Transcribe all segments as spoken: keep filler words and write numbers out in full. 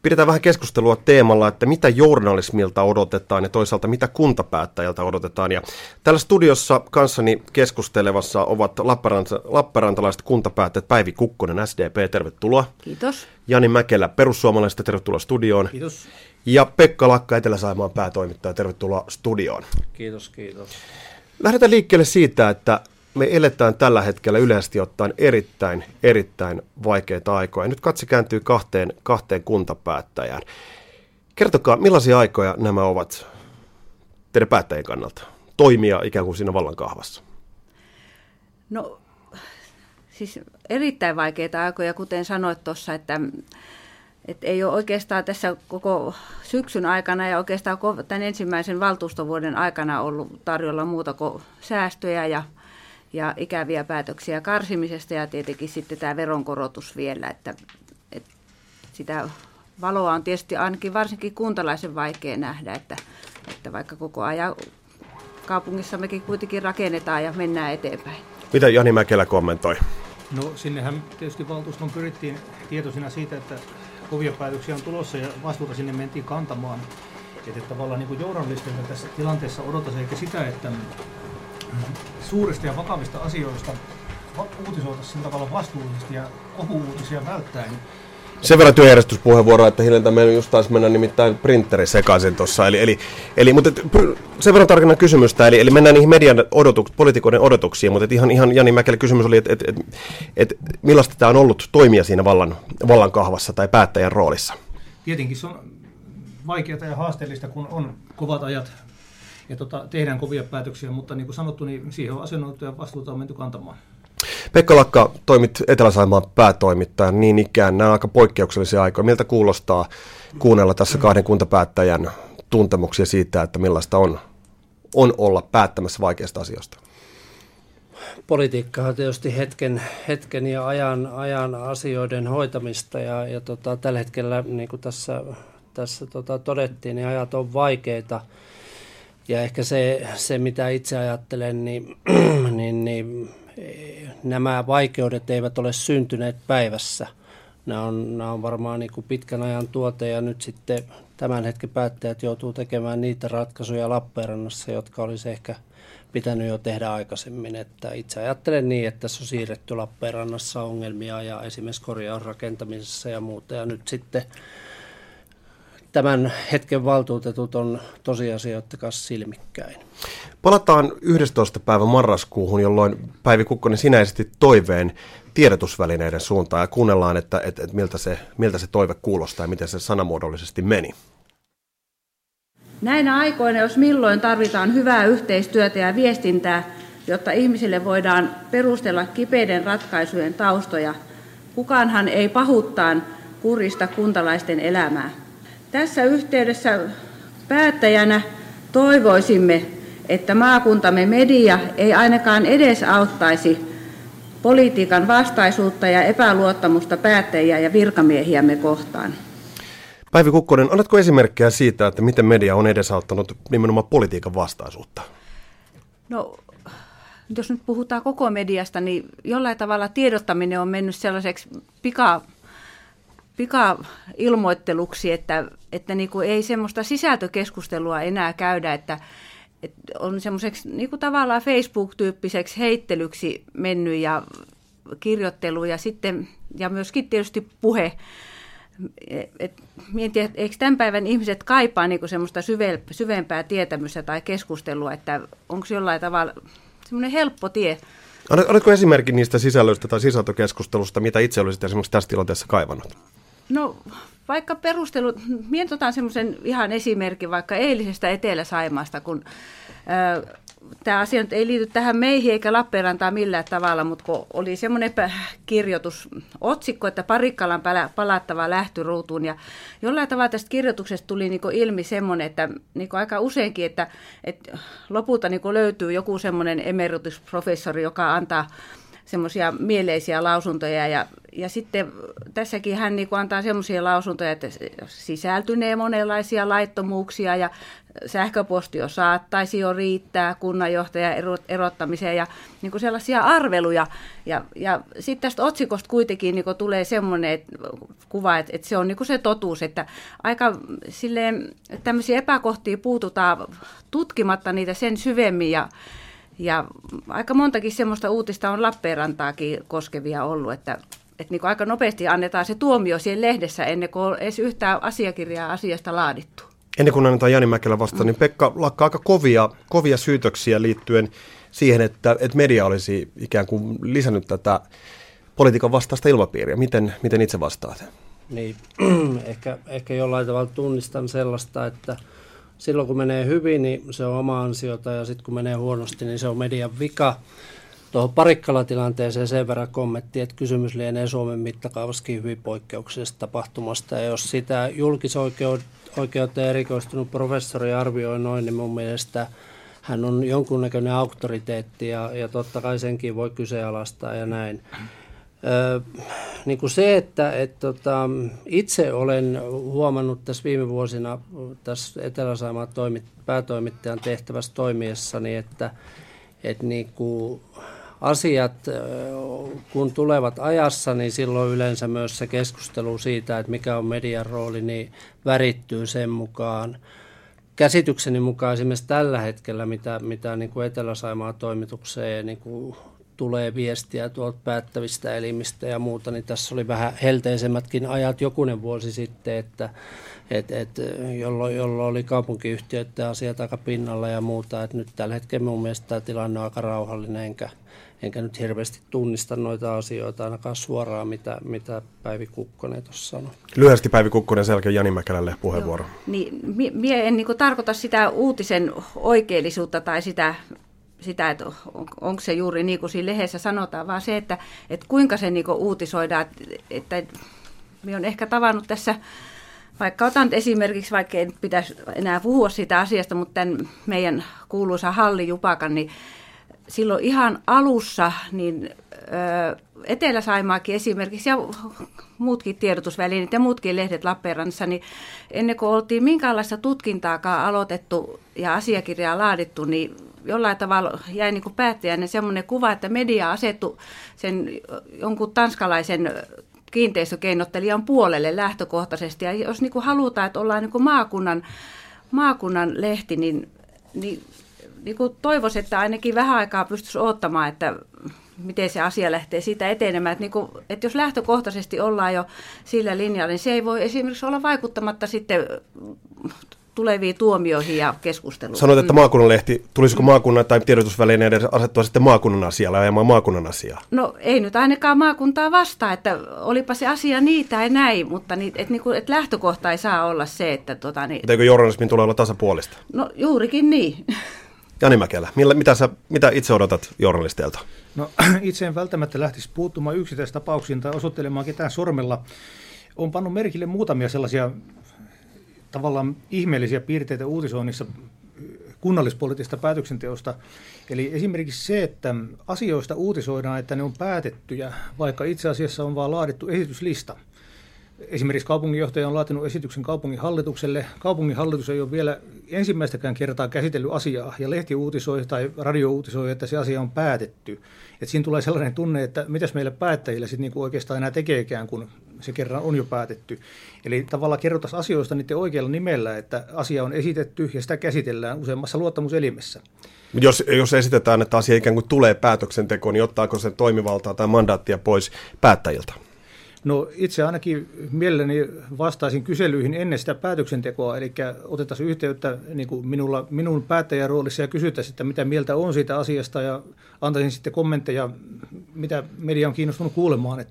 Pidetään vähän keskustelua teemalla, että mitä journalismilta odotetaan ja toisaalta mitä kuntapäättäjältä odotetaan. Ja täällä studiossa kanssani keskustelevassa ovat Lappeenranta, lappeenrantalaiset kuntapäättäjät Päivi Kukkonen, S D P, tervetuloa. Kiitos. Jani Mäkelä, perussuomalaisista, tervetuloa studioon. Kiitos. Ja Pekka Lakka, Etelä-Saimaan päätoimittaja, tervetuloa studioon. Kiitos, kiitos. Lähdetään liikkeelle siitä, että me eletään tällä hetkellä yleisesti ottaen erittäin, erittäin vaikeita aikoja. Nyt katse kääntyy kahteen, kahteen kuntapäättäjään. Kertokaa, millaisia aikoja nämä ovat teidän päättäjien kannalta? Toimia ikään kuin siinä vallankahvassa. No, siis erittäin vaikeita aikoja, kuten sanoit tuossa, että, että ei ole oikeastaan tässä koko syksyn aikana ja oikeastaan tämän ensimmäisen valtuustovuoden aikana ollut tarjolla muuta kuin säästöjä ja ja ikäviä päätöksiä karsimisesta ja tietenkin sitten tämä veronkorotus vielä, että, että sitä valoa on tietysti ainakin varsinkin kuntalaisen vaikea nähdä, että, että vaikka koko ajan kaupungissa mekin kuitenkin rakennetaan ja mennään eteenpäin. Mitä Jani Mäkelä kommentoi? No sinnehän tietysti valtuuston pyrittiin tietoisina siitä, että kovia päätöksiä on tulossa ja vastuuta sinne mentiin kantamaan. Että tavallaan niin kuin journalistilta tässä tilanteessa odotaisi eikä sitä, että suurista ja vakavista asioista uutisoitaisiin sillä tavalla vastuullisesti ja kohu-uutisia välttäen. Sen verran työjärjestyspuheenvuoroa, että hiljentää meidän just taisi mennä nimittäin printeri sekaisin tuossa. Eli, eli, eli, mutta sen verran tarkennan kysymystä, eli, eli mennään niihin median odotuksiin, poliitikoiden odotuksiin, mutta ihan, ihan Jani Mäkelä kysymys oli, että et, et, et, millaista tämä on ollut toimia siinä vallan, vallan kahvassa tai päättäjän roolissa? Tietenkin se on vaikeaa ja haasteellista, kun on kovat ajat. Ja tota, tehdään kovia päätöksiä, mutta niin kuin sanottu, niin siihen on asennoitu ja vastuuta on menty kantamaan. Pekka Lakka, toimit Etelä-Saimaan päätoimittajan niin ikään. Nämä on aika poikkeuksellisia aikoja. Miltä kuulostaa kuunnella tässä kahden kuntapäättäjän tuntemuksia siitä, että millaista on, on olla päättämässä vaikeasta asioista? Politiikka on tietysti hetken, hetken ja ajan, ajan asioiden hoitamista ja, ja tota, tällä hetkellä, niin kuin tässä, tässä tota, todettiin, niin ajat on vaikeita. Ja ehkä se, se mitä itse ajattelen, niin, niin, niin nämä vaikeudet eivät ole syntyneet päivässä. Nämä on, nämä on varmaan niin kuin pitkän ajan tuote ja nyt sitten tämän hetken päättäjät joutuu tekemään niitä ratkaisuja Lappeenrannassa, jotka olisi ehkä pitänyt jo tehdä aikaisemmin. Että itse ajattelen niin, että tässä on siirretty Lappeenrannassa ongelmia ja esimerkiksi korjausrakentamisessa ja muuta ja nyt sitten tämän hetken valtuutetut on tosiasioiden kanssa silmikkäin. Palataan yhdestoista päivä marraskuuhun, jolloin Päivi Kukkonen sinä esitit toiveen tiedotusvälineiden suuntaan ja kuunnellaan, että, että, että miltä, se, miltä se toive kuulostaa ja miten se sanamuodollisesti meni. Näinä aikoina, jos milloin tarvitaan hyvää yhteistyötä ja viestintää, jotta ihmisille voidaan perustella kipeiden ratkaisujen taustoja, kukaanhan ei pahuuttaan kurista kuntalaisten elämää. Tässä yhteydessä päättäjänä toivoisimme, että maakuntamme media ei ainakaan edesauttaisi politiikan vastaisuutta ja epäluottamusta päättäjiä ja virkamiehiämme kohtaan. Päivi Kukkonen, annatko esimerkkejä siitä, että miten media on edesauttanut nimenomaan politiikan vastaisuutta? No, jos nyt puhutaan koko mediasta, niin jollain tavalla tiedottaminen on mennyt sellaiseksi pika pika-ilmoitteluksi, että, että niin kuin ei semmoista sisältökeskustelua enää käydä, että, että on semmoiseksi niin kuin tavallaan Facebook-tyyppiseksi heittelyksi mennyt ja kirjoittelu ja sitten ja myöskin tietysti puhe. Et, mietin, että eikö tämän päivän ihmiset kaipaa niin kuin semmoista syve, syvempää tietämystä tai keskustelua, että onko jollain tavalla semmoinen helppo tie. Annatko esimerkin niistä sisällöistä tai sisältökeskustelusta, mitä itse olisit esimerkiksi tässä tilanteessa kaivannut? No vaikka perustelu, mietin otan semmoisen ihan esimerkin vaikka eilisestä Etelä-Saimaasta, kun ää, tämä asia nyt ei liity tähän meihin eikä Lappeenrantaan millään tavalla, mutta kun oli semmoinen kirjoitusotsikko, että Parikkalan palattava lähtöruutuun ja jollain tavalla tästä kirjoituksesta tuli niin kuin ilmi semmoinen, että niin kuin aika useinkin, että, että lopulta niin kuin löytyy joku semmoinen emeritusprofessori, joka antaa semmoisia mieleisiä lausuntoja ja, ja sitten tässäkin hän niin kuin antaa semmoisia lausuntoja, että sisältynee monenlaisia laittomuuksia ja sähköposti jo saattaisi jo riittää kunnanjohtajan erottamiseen ja niin kuin sellaisia arveluja. Ja, ja sitten tästä otsikosta kuitenkin niin kuin tulee semmoinen että, kuva, että, että se on niin kuin se totuus, että aika silleen tämmöisiä epäkohtia puututaan tutkimatta niitä sen syvemmin ja Ja aika montakin semmoista uutista on Lappeenrantaakin koskevia ollut, että, että niin kuin aika nopeasti annetaan se tuomio siellä lehdessä ennen kuin on edes yhtään asiakirjaa asiasta laadittu. Ennen kuin annetaan Jani Mäkelä vastaan, niin Pekka lakkaa aika kovia, kovia syytöksiä liittyen siihen, että, että media olisi ikään kuin lisännyt tätä politiikan vastaista ilmapiiriä. Miten, miten itse vastaat? Niin, ehkä, ehkä jollain tavalla tunnistan sellaista, että silloin kun menee hyvin, niin se on oma ansiota ja sitten kun menee huonosti, niin se on median vika. Tuohon Parikkala-tilanteeseen sen verran kommentti, että kysymys lienee Suomen mittakaavassakin hyvin poikkeuksellisesta tapahtumasta. Ja jos sitä julkisoikeuteen erikoistunut professori arvioi noin, niin mun mielestä hän on jonkunnäköinen auktoriteetti ja, ja totta kai senkin voi kyseenalaistaa ja näin. Öö, niin kuin se, että et, tota, itse olen huomannut tässä viime vuosina tässä Etelä-Saimaan toimit, päätoimittajan tehtävässä toimiessani, että et, niin kuin asiat kun tulevat ajassa, niin silloin yleensä myös se keskustelu siitä, että mikä on median rooli, niin värittyy sen mukaan. Käsitykseni mukaan esimerkiksi tällä hetkellä, mitä, mitä niin kuin Etelä-Saimaan toimitukseen niin kuin tulee viestiä tuolta päättävistä elimistä ja muuta, niin tässä oli vähän helteisemmätkin ajat jokunen vuosi sitten, että et, et, jolloin, jolloin oli kaupunkiyhtiöiden asiat aika pinnalla ja muuta. Et nyt tällä hetkellä mun mielestä tämä tilanne on aika rauhallinen, enkä, enkä nyt hirveästi tunnista noita asioita ainakaan suoraan, mitä, mitä Päivi Kukkonen tuossa sanoi. Lyhyesti Päivi Kukkonen, sen jälkeen Jani Mäkelälle puheenvuoro. Joo, niin, mie en niin kuin tarkoita sitä uutisen oikeellisuutta tai sitä, sitä, että on, onko se juuri niin kuin siinä lehdessä sanotaan, vaan se, että, että kuinka se niin kuin uutisoidaan. Että, että minä olen ehkä tavannut tässä, vaikka otan esimerkiksi, vaikka en pitäisi enää puhua siitä asiasta, mutta tämän meidän kuuluisa Halli Jupakan, niin silloin ihan alussa niin ö, Etelä-Saimaakin esimerkiksi ja muutkin tiedotusvälineet ja muutkin lehdet Lappeenrannassa, niin ennen kuin oltiin minkäänlaista tutkintaakaan aloitettu ja asiakirjaa laadittu, niin jollain tavalla jäi niin kuin päättäjänne semmoinen kuva, että media asettui sen jonkun tanskalaisen kiinteistökeinottelijan puolelle lähtökohtaisesti. Ja jos niin kuin halutaan, että ollaan niin kuin maakunnan, maakunnan lehti, niin, niin, niin kuin toivoisin, että ainakin vähän aikaa pystyisi odottamaan, että miten se asia lähtee siitä etenemään. Että, niin kuin, että jos lähtökohtaisesti ollaan jo sillä linjalla, niin se ei voi esimerkiksi olla vaikuttamatta sitten tuleviin tuomioihin ja keskusteluun. Sanoit, että maakunnan lehti, tulisiko maakunnan tai tiedotusvälineiden asettua sitten maakunnan asialla ja ajamaan maakunnan asiaa? No ei nyt ainakaan maakuntaa vastaa, että olipa se asia niin tai näin, mutta niin, että, niin että lähtökohta ei saa olla se, että... Tota, niin, eikö journalismin tule olla tasapuolista? No juurikin niin. Jani Mäkelä, millä, mitä, sä, mitä itse odotat journalisteilta? No itse en välttämättä lähtisi puuttumaan yksittäistapauksiin tai osoittelemaan ketään sormella. Olen pannut merkille muutamia sellaisia tavallaan ihmeellisiä piirteitä uutisoinnissa kunnallispoliittisesta päätöksenteosta. Eli esimerkiksi se, että asioista uutisoidaan, että ne on päätettyjä, vaikka itse asiassa on vaan laadittu esityslista. Esimerkiksi kaupunginjohtaja on laatinut esityksen kaupunginhallitukselle. Kaupunginhallitus ei ole vielä ensimmäistäkään kertaa käsitellyt asiaa, ja lehti uutisoi tai radio uutisoi, että se asia on päätetty. Et siinä tulee sellainen tunne, että mitäs meillä päättäjillä sitten niinku oikeastaan enää tekeekään, kun se kerran on jo päätetty. Eli tavallaan kerrotaan asioista niiden oikealla nimellä, että asia on esitetty ja sitä käsitellään useammassa luottamuselimessä. Jos, jos esitetään, että asia ikään kuin tulee päätöksentekoon, niin ottaako sen toimivaltaa tai mandaattia pois päättäjiltä? No itse ainakin mielelläni vastaisin kyselyihin ennen sitä päätöksentekoa, eli otettaisiin yhteyttä niin kuin minulla, minun päättäjän roolissa ja kysyttäisiin, että mitä mieltä on siitä asiasta ja antaisin sitten kommentteja, mitä media on kiinnostunut kuulemaan. Että.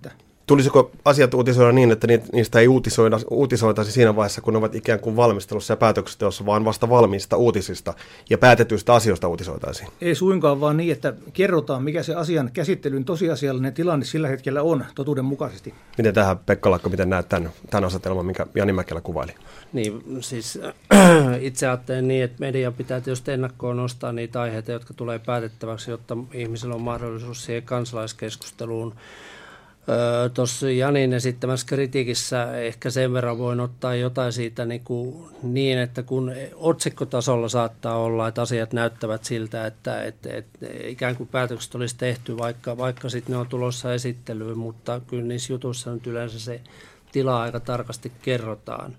Tulisiko asiat uutisoida niin, että niistä ei uutisoida, uutisoitaisi siinä vaiheessa, kun ne ovat ikään kuin valmistelussa ja päätöksenteossa, vaan vasta valmiista uutisista ja päätetyistä asioista uutisoitaisiin? Ei suinkaan, vaan niin, että kerrotaan, mikä se asian käsittelyn tosiasiallinen tilanne sillä hetkellä on totuuden mukaisesti. Miten tähän, Pekka Lakko, miten näet tämän, tämän asetelman, minkä Jani Mäkelä kuvaili? Niin, siis itse ajattelen niin, että media pitää tietysti ennakkoon nostaa niitä aiheita, jotka tulee päätettäväksi, jotta ihmisillä on mahdollisuus siihen kansalaiskeskusteluun. Öö, Tuossa Janin esittämässä kritiikissä ehkä sen verran voin ottaa jotain siitä niin, kuin niin, että kun otsikkotasolla saattaa olla, että asiat näyttävät siltä, että, että, että ikään kuin päätökset olisi tehty, vaikka, vaikka sitten ne on tulossa esittelyyn, mutta kyllä niissä jutuissa nyt yleensä se tila aika tarkasti kerrotaan.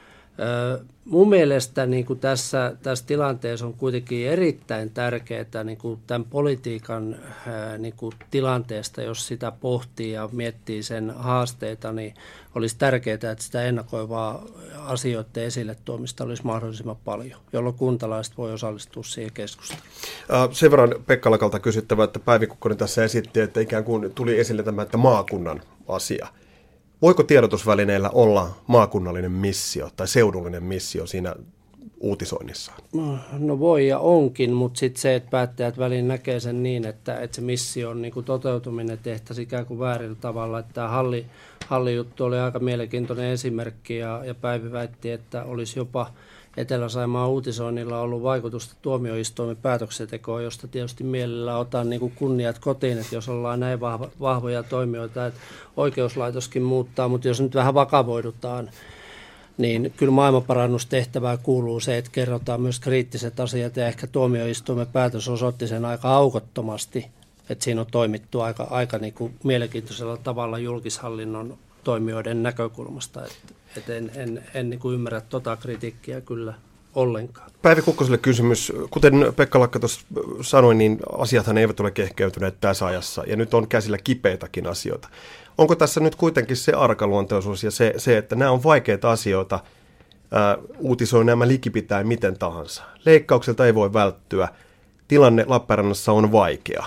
Mun mielestä niin kuin tässä, tässä tilanteessa on kuitenkin erittäin tärkeää niin kuin tämän politiikan niin kuin tilanteesta, jos sitä pohtii ja miettii sen haasteita, niin olisi tärkeää, että sitä ennakoivaa asioiden esille tuomista olisi mahdollisimman paljon, jolloin kuntalaiset voi osallistua siihen keskusteluun. Sen verran Pekka Lakalta kysyttävä, että Päivi Kukkonen tässä esitti, että ikään kuin tuli esille tämä, että maakunnan asia. Voiko tiedotusvälineillä olla maakunnallinen missio tai seudullinen missio siinä uutisoinnissaan? No voi ja onkin, mutta sitten se, että päättäjät väliin näkee sen niin, että, että se mission niin kuin toteutuminen tehtäisiin ikään kuin väärillä tavalla. Että tämä halli, hallijuttu oli aika mielenkiintoinen esimerkki ja, ja Päivi väitti, että olisi jopa Etelä-Saimaan uutisoinnilla ollut vaikutusta tuomioistuimen päätöksentekoon, josta tietysti mielellä otan niin kuin kunniat kotiin, että jos ollaan näin vahva, vahvoja toimijoita, että oikeuslaitoskin muuttaa, mutta jos nyt vähän vakavoidutaan, niin kyllä maailmanparannustehtävää kuuluu se, että kerrotaan myös kriittiset asiat ja ehkä tuomioistuimen päätös osoitti sen aika aukottomasti, että siinä on toimittu aika, aika niin kuin mielenkiintoisella tavalla julkishallinnon toimijoiden näkökulmasta, että et en, en, en niin kuin ymmärrä tota kritiikkiä kyllä ollenkaan. Päivi Kukkoselle kysymys. Kuten Pekka Lakka tuossa sanoi, niin asiathan eivät ole kehkeytyneet tässä ajassa, ja nyt on käsillä kipeitäkin asioita. Onko tässä nyt kuitenkin se arkaluontoisuus ja se, se että nämä on vaikeita asioita, ää, uutisoi nämä likipitäen miten tahansa. Leikkaukselta ei voi välttyä. Tilanne Lappeenrannassa on vaikea.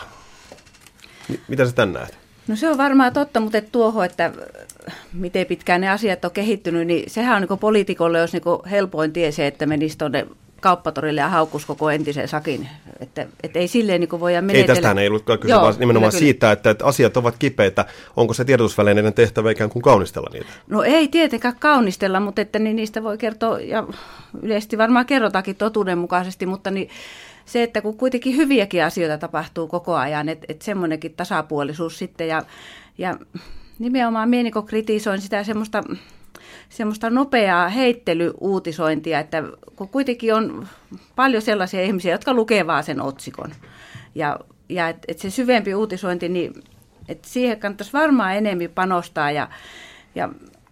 M- mitä sä tän näet? No se on varmaan totta, mutta et tuohon, että miten pitkään ne asiat on kehittynyt, niin sehän on niin poliitikolle jos niin helpoin tie se, että menisi tuonne kauppatorille ja haukkuisi koko entisen sakin. Että, että ei silleen niin voida menetellä. Ei tästähän ei ollutkaan kyse, vaan nimenomaan kyllä, siitä, kyllä. Että, että asiat ovat kipeitä. Onko se tiedotusvälineiden tehtävä ikään kuin kaunistella niitä? No ei tietenkään kaunistella, mutta että niin niistä voi kertoa, ja yleisesti varmaan kerrotaankin totuudenmukaisesti, mutta niin se, että kun kuitenkin hyviäkin asioita tapahtuu koko ajan, että, että semmoinenkin tasapuolisuus sitten, ja, ja nimenomaan minä niin kritisoin sitä semmoista, semmoista nopeaa heittelyuutisointia, että kun kuitenkin on paljon sellaisia ihmisiä, jotka lukee vaan sen otsikon, ja, ja että et se syvempi uutisointi, niin että siihen kannattaisi varmaan enemmän panostaa, ja, ja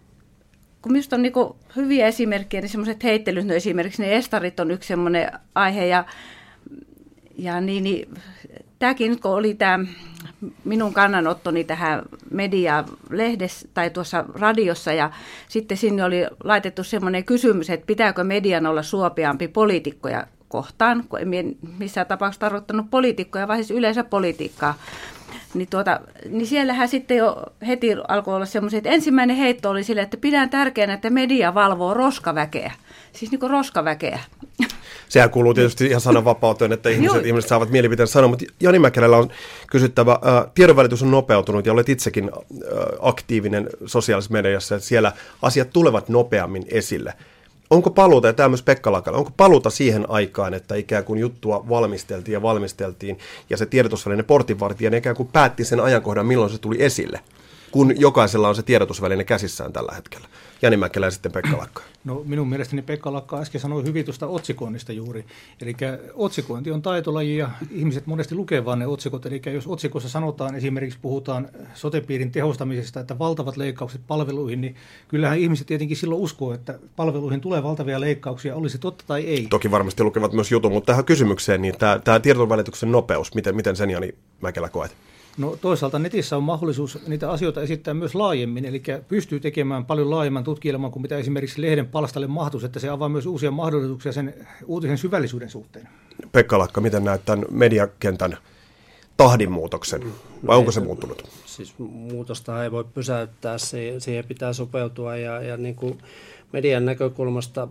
kun minusta on niin hyviä esimerkkejä, niin semmoiset heittelyt, no esimerkiksi ne estarit on yksi semmoinen aihe, ja Ja niin, niin tämäkin nyt kun oli tämä minun kannanottoni tähän media-lehdessä tai tuossa radiossa ja sitten sinne oli laitettu semmoinen kysymys, että pitääkö median olla suopeampi poliitikkoja kohtaan, kun en missään tapauksessa tarkoittanut poliitikkoja, vaan siis yleensä politiikkaa. Niin, tuota, niin siellähän sitten jo heti alkoi olla semmoisia, että ensimmäinen heitto oli sille, että pidän tärkeänä, että media valvoo roskaväkeä. Siis niin kuin roskaväkeä. Sehän kuuluu tietysti ihan sananvapauteen, että ihmiset, ihmiset saavat mielipiteen sanoa, mutta Jani Mäkelällä on kysyttävä. Ää, tiedonvälitys on nopeutunut ja olet itsekin ää, aktiivinen sosiaalisessa mediassa, että siellä asiat tulevat nopeammin esille. Onko paluuta, ja tämä myös Pekka Lakalla, onko paluuta siihen aikaan, että ikään kuin juttua valmisteltiin ja valmisteltiin, ja se tiedotusväline portinvartija ikään kuin päätti sen ajankohdan, milloin se tuli esille, kun jokaisella on se tiedotusväline käsissään tällä hetkellä? Jani Mäkelä ja sitten Pekka Lakka. No minun mielestäni Pekka Lakka äsken sanoi hyvin tuosta otsikoinnista juuri. Eli otsikointi on taitolaji ja ihmiset monesti lukee vaan ne otsikot. Eli jos otsikossa sanotaan, esimerkiksi puhutaan sote-piirin tehostamisesta, että valtavat leikkaukset palveluihin, niin kyllähän ihmiset tietenkin silloin uskoo, että palveluihin tulee valtavia leikkauksia, olisi totta tai ei. Toki varmasti lukevat myös jutun, mutta tähän kysymykseen, niin tämä, tämä tiedonvälityksen nopeus, miten, miten sen Jani Mäkelä koet? No toisaalta netissä on mahdollisuus niitä asioita esittää myös laajemmin, eli pystyy tekemään paljon laajemman tutkielman kuin mitä esimerkiksi lehden palstalle mahtuisi, että se avaa myös uusia mahdollisuuksia sen uutisen syvällisyyden suhteen. Pekka Lakka, miten näet tämän mediakentän tahdinmuutoksen, vai onko se muuttunut? Siis muutosta ei voi pysäyttää, siihen pitää sopeutua ja, ja niin kuin median näkökulmasta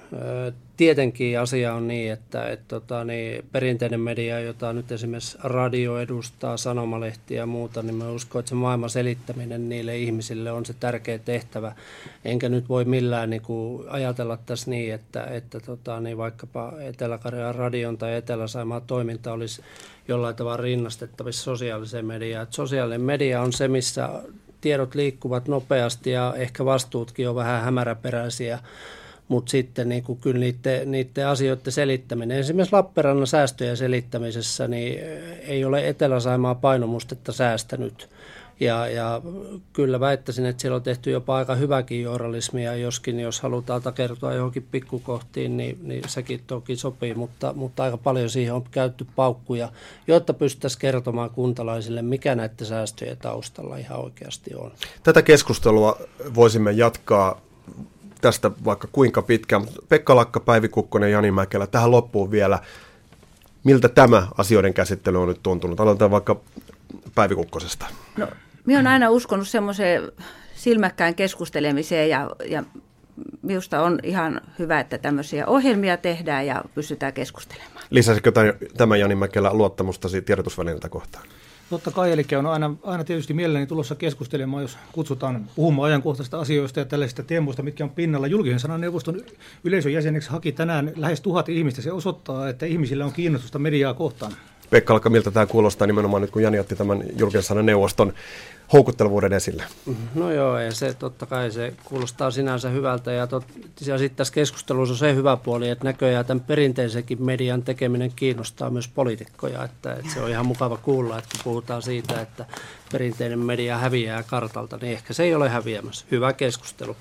tietenkin asia on niin, että et, tota, niin, perinteinen media, jota nyt esimerkiksi radio edustaa, sanomalehti ja muuta, niin mä uskon, että se maailman selittäminen niille ihmisille on se tärkeä tehtävä. Enkä nyt voi millään niin kuin, ajatella tässä niin, että, että tota, niin, vaikkapa Etelä-Karjalan radion tai Etelä-Saimaan toiminta olisi jollain tavalla rinnastettavissa sosiaaliseen mediaan. Et sosiaalinen media on se, missä tiedot liikkuvat nopeasti ja ehkä vastuutkin on vähän hämäräperäisiä. Mutta sitten niin kuin kyllä niiden, niiden asioiden selittäminen, esimerkiksi Lappeenrannan säästöjen selittämisessä, niin ei ole Etelä-Saimaa painomustetta säästänyt. Ja, ja kyllä väittäisin, että siellä on tehty jopa aika hyväkin journalismia, joskin jos halutaan takertua johonkin pikkukohtiin, niin, niin sekin toki sopii, mutta, mutta aika paljon siihen on käytetty paukkuja, jotta pystyttäisiin kertomaan kuntalaisille, mikä näiden säästöjen taustalla ihan oikeasti on. Tätä keskustelua voisimme jatkaa tästä vaikka kuinka pitkään. Pekka Lakka, Päivi Kukkonen ja Jani Mäkelä, tähän loppuun vielä. Miltä tämä asioiden käsittely on nyt tuntunut? Aloitetaan vaikka Päivi Kukkosesta. No, minä olen aina uskonut semmoiseen silmäkkään keskustelemiseen ja, ja minusta on ihan hyvä, että tämmöisiä ohjelmia tehdään ja pystytään keskustelemaan. Lisäsikö tämä Jani Mäkelä luottamustasi tiedotusvälineiltä kohtaan? Totta kai, eli on aina, aina tietysti mielelläni tulossa keskustelemaan, jos kutsutaan puhumaan ajankohtaisista asioista ja tällaisista teemoista, mitkä on pinnalla. Julkisen sanan neuvoston yleisön jäseneksi haki tänään lähes tuhat ihmistä. Se osoittaa, että ihmisillä on kiinnostusta mediaa kohtaan. Pekka Lakka, miltä tämä kuulostaa nimenomaan nyt, kun Jani otti tämän julkisen sanan neuvoston houkuttelevuuden esille? No joo, ja se totta kai se kuulostaa sinänsä hyvältä, ja, tot, ja sitten tässä keskustelussa on se hyvä puoli, että näköjään tämän perinteisenkin median tekeminen kiinnostaa myös poliitikkoja, että, että se on ihan mukava kuulla, että kun puhutaan siitä, että perinteinen media häviää kartalta, niin ehkä se ei ole häviämässä. Hyvä keskustelu.